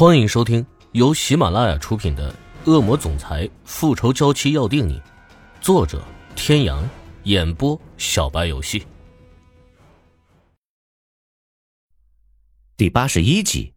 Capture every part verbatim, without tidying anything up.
欢迎收听由喜马拉雅出品的《恶魔总裁复仇娇妻要定你》，作者天阳，演播小白游戏。 第八十一集。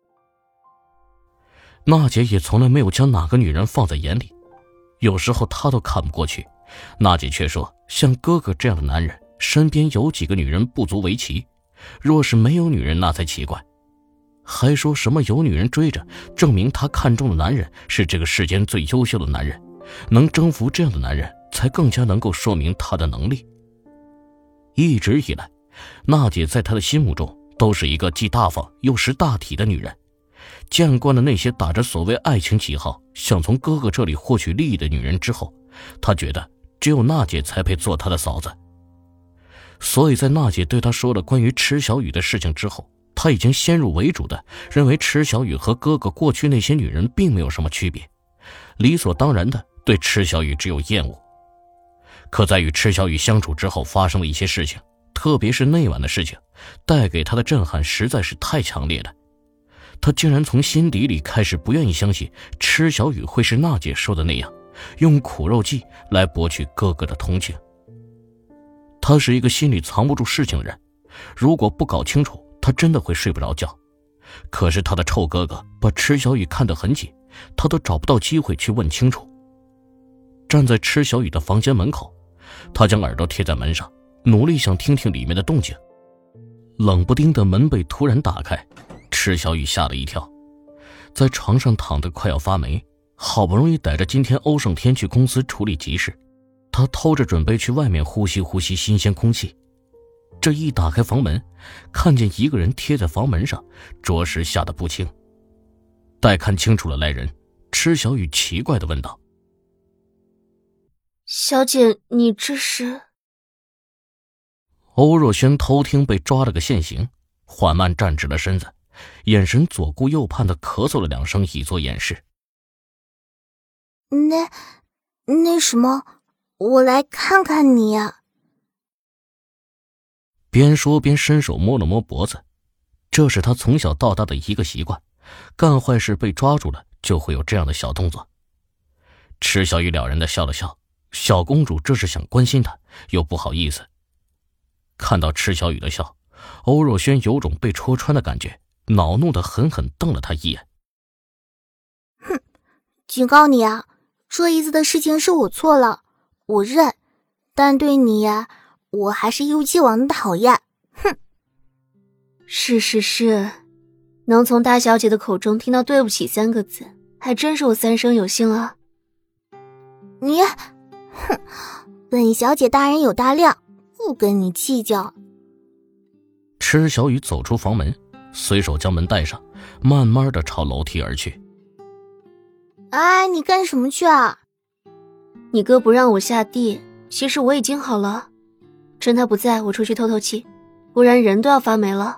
娜姐也从来没有将哪个女人放在眼里，有时候她都看不过去，娜姐却说像哥哥这样的男人身边有几个女人不足为奇，若是没有女人那才奇怪。还说什么有女人追着，证明她看中的男人是这个世间最优秀的男人，能征服这样的男人才更加能够说明她的能力。一直以来，娜姐在她的心目中都是一个既大方又识大体的女人，见惯了那些打着所谓爱情旗号想从哥哥这里获取利益的女人之后，她觉得只有娜姐才配做她的嫂子。所以在娜姐对她说了关于池小雨的事情之后，他已经先入为主的认为池小雨和哥哥过去那些女人并没有什么区别，理所当然的对池小雨只有厌恶。可在与池小雨相处之后发生了一些事情，特别是那晚的事情，带给他的震撼实在是太强烈了。他竟然从心底里开始不愿意相信池小雨会是娜姐说的那样，用苦肉计来博取哥哥的同情。他是一个心里藏不住事情的人，如果不搞清楚，他真的会睡不着觉。可是他的臭哥哥把池小雨看得很紧，他都找不到机会去问清楚。站在池小雨的房间门口，他将耳朵贴在门上，努力想听听里面的动静。冷不丁的门被突然打开，池小雨吓了一跳，在床上躺得快要发霉，好不容易逮着今天欧胜天去公司处理急事，他偷着准备去外面呼吸呼吸新鲜空气。这一打开房门，看见一个人贴在房门上，着实吓得不轻。待看清楚了来人，池小雨奇怪地问道： 小姐，你这是？ 欧若轩偷听被抓了个现行，缓慢站直了身子，眼神左顾右盼地咳嗽了两声以作掩饰。 那那什么，我来看看你啊。 边说边伸手摸了摸脖子，这是他从小到大的一个习惯，干坏事被抓住了就会有这样的小动作。池小雨了然地笑了笑，小公主这是想关心她，又不好意思。看到池小雨的笑，欧若轩有种被戳穿的感觉，恼怒地狠狠瞪了他一眼。 哼，警告你啊，这一次的事情是我错了，我认，但对你呀、啊我还是一如既往的讨厌，哼！是是是，能从大小姐的口中听到对不起三个字，还真是我三生有幸啊。你，哼，本小姐大人有大量，不跟你计较。 池小雨走出房门，随手将门带上，慢慢的朝楼梯而去。 哎，你干什么去啊？你哥不让我下地，其实我已经好了。趁他不在，我出去透透气，不然人都要发霉了。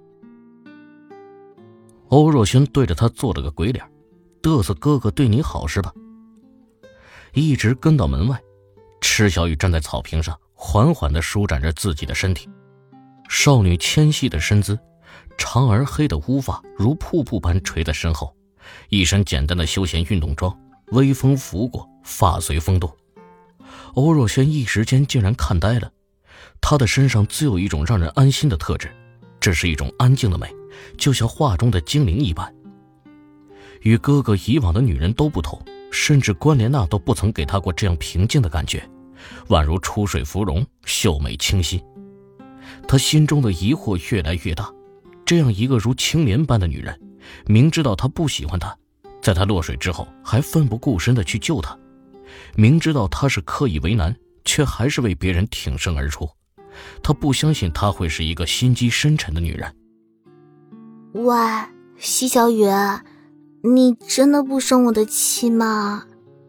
欧若轩对着他做了个鬼脸，嘚瑟哥哥对你好是吧？一直跟到门外，池小雨站在草坪上，缓缓地舒展着自己的身体。少女纤细的身姿，长而黑的乌发如瀑布般垂在身后，一身简单的休闲运动装，微风拂过，发随风动。欧若轩一时间竟然看呆了。她的身上自有一种让人安心的特质，这是一种安静的美，就像画中的精灵一般。与哥哥以往的女人都不同，甚至关莲娜都不曾给她过这样平静的感觉，宛如出水芙蓉，秀美清新。她心中的疑惑越来越大，这样一个如青莲般的女人，明知道她不喜欢她，在她落水之后还奋不顾身地去救她，明知道她是刻意为难，却还是为别人挺身而出。他不相信她会是一个心机深沉的女人。 喂，西小雨，你真的不生我的气吗？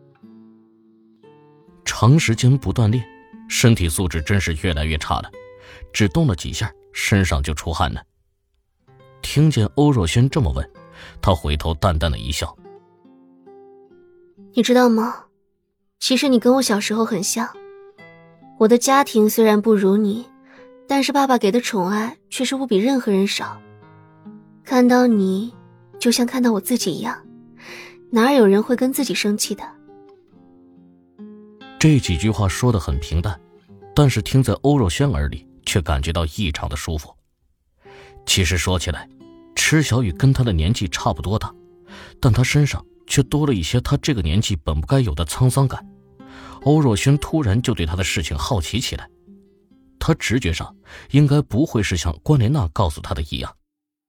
长时间不锻炼，身体素质真是越来越差了，只动了几下，身上就出汗了。听见欧若轩这么问，他回头淡淡的一笑。 你知道吗？其实你跟我小时候很像。我的家庭虽然不如你，但是爸爸给的宠爱却是不比任何人少。看到你， 就像看到我自己一样，哪有人会跟自己生气的？ 这几句话说得很平淡，但是听在欧若轩耳里却感觉到异常的舒服。其实说起来，池小雨跟他的年纪差不多大，但他身上却多了一些他这个年纪本不该有的沧桑感。欧若轩突然就对他的事情好奇起来，他直觉上应该不会是像关莲娜告诉他的一样。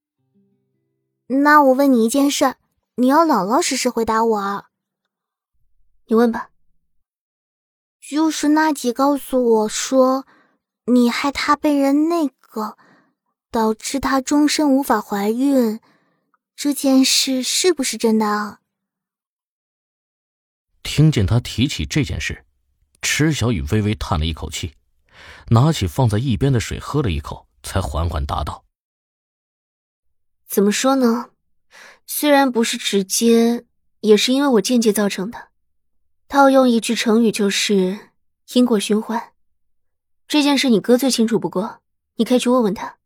那我问你一件事，你要老老实实回答我啊。 你问吧。 就是娜姐告诉我说，你害她被人那个，导致她终身无法怀孕，这件事是不是真的啊？ 听见他提起这件事，池小雨微微叹了一口气，拿起放在一边的水喝了一口，才缓缓答道： 怎么说呢？虽然不是直接，也是因为我间接造成的。套用一句成语就是因果循环。这件事你哥最清楚不过，你可以去问问他。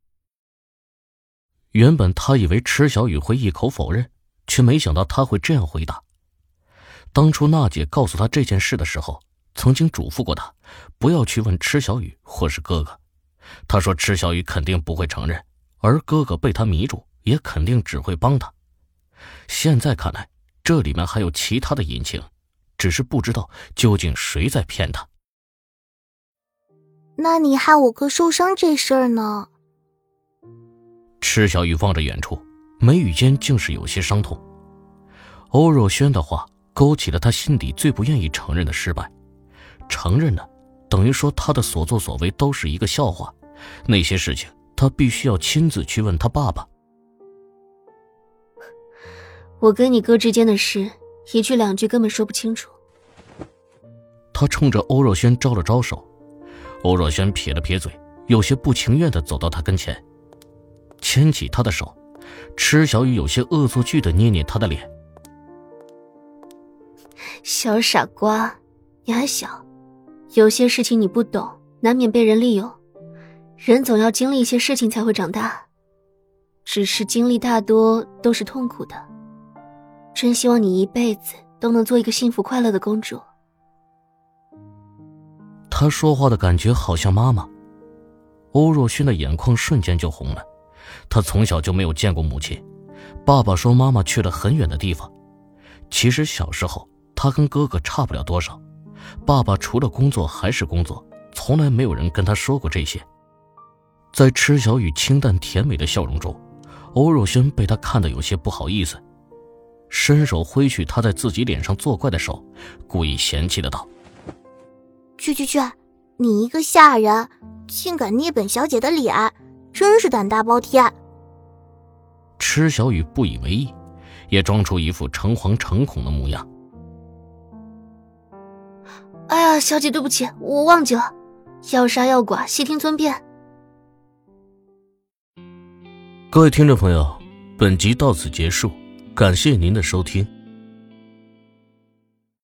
原本他以为池小雨会一口否认，却没想到他会这样回答。当初娜姐告诉他这件事的时候，曾经嘱咐过他不要去问池小雨或是哥哥。他说池小雨肯定不会承认，而哥哥被他迷住，也肯定只会帮他。现在看来，这里面还有其他的隐情，只是不知道究竟谁在骗他。 那你害我哥受伤这事儿呢？ 池小雨望着远处，眉宇间竟是有些伤痛。欧若轩的话勾起了他心底最不愿意承认的失败。承认了，等于说他的所作所为都是一个笑话，那些事情他必须要亲自去问他爸爸。 我跟你哥之间的事，一句两句根本说不清楚。 他冲着欧若轩招了招手，欧若轩撇了撇嘴，有些不情愿地走到他跟前，牵起他的手。池小雨有些恶作剧地捏捏他的脸。 小傻瓜，你还小，有些事情你不懂，难免被人利用。人总要经历一些事情才会长大，只是经历大多都是痛苦的。真希望你一辈子都能做一个幸福快乐的公主。 他说话的感觉好像妈妈。欧若轩的眼眶瞬间就红了。他从小就没有见过母亲，爸爸说妈妈去了很远的地方。其实小时候他跟哥哥差不了多少，爸爸除了工作还是工作，从来没有人跟他说过这些。在池小雨清淡甜美的笑容中，欧若轩被他看得有些不好意思，伸手挥去他在自己脸上作怪的手，故意嫌弃的道： 去去去，你一个下人竟敢捏本小姐的脸，真是胆大包天。 池小雨不以为意，也装出一副诚惶诚恐的模样。 哎呀，小姐对不起，我忘记了，要杀要剐，悉听尊便。 各位听众朋友，本集到此结束，感谢您的收听。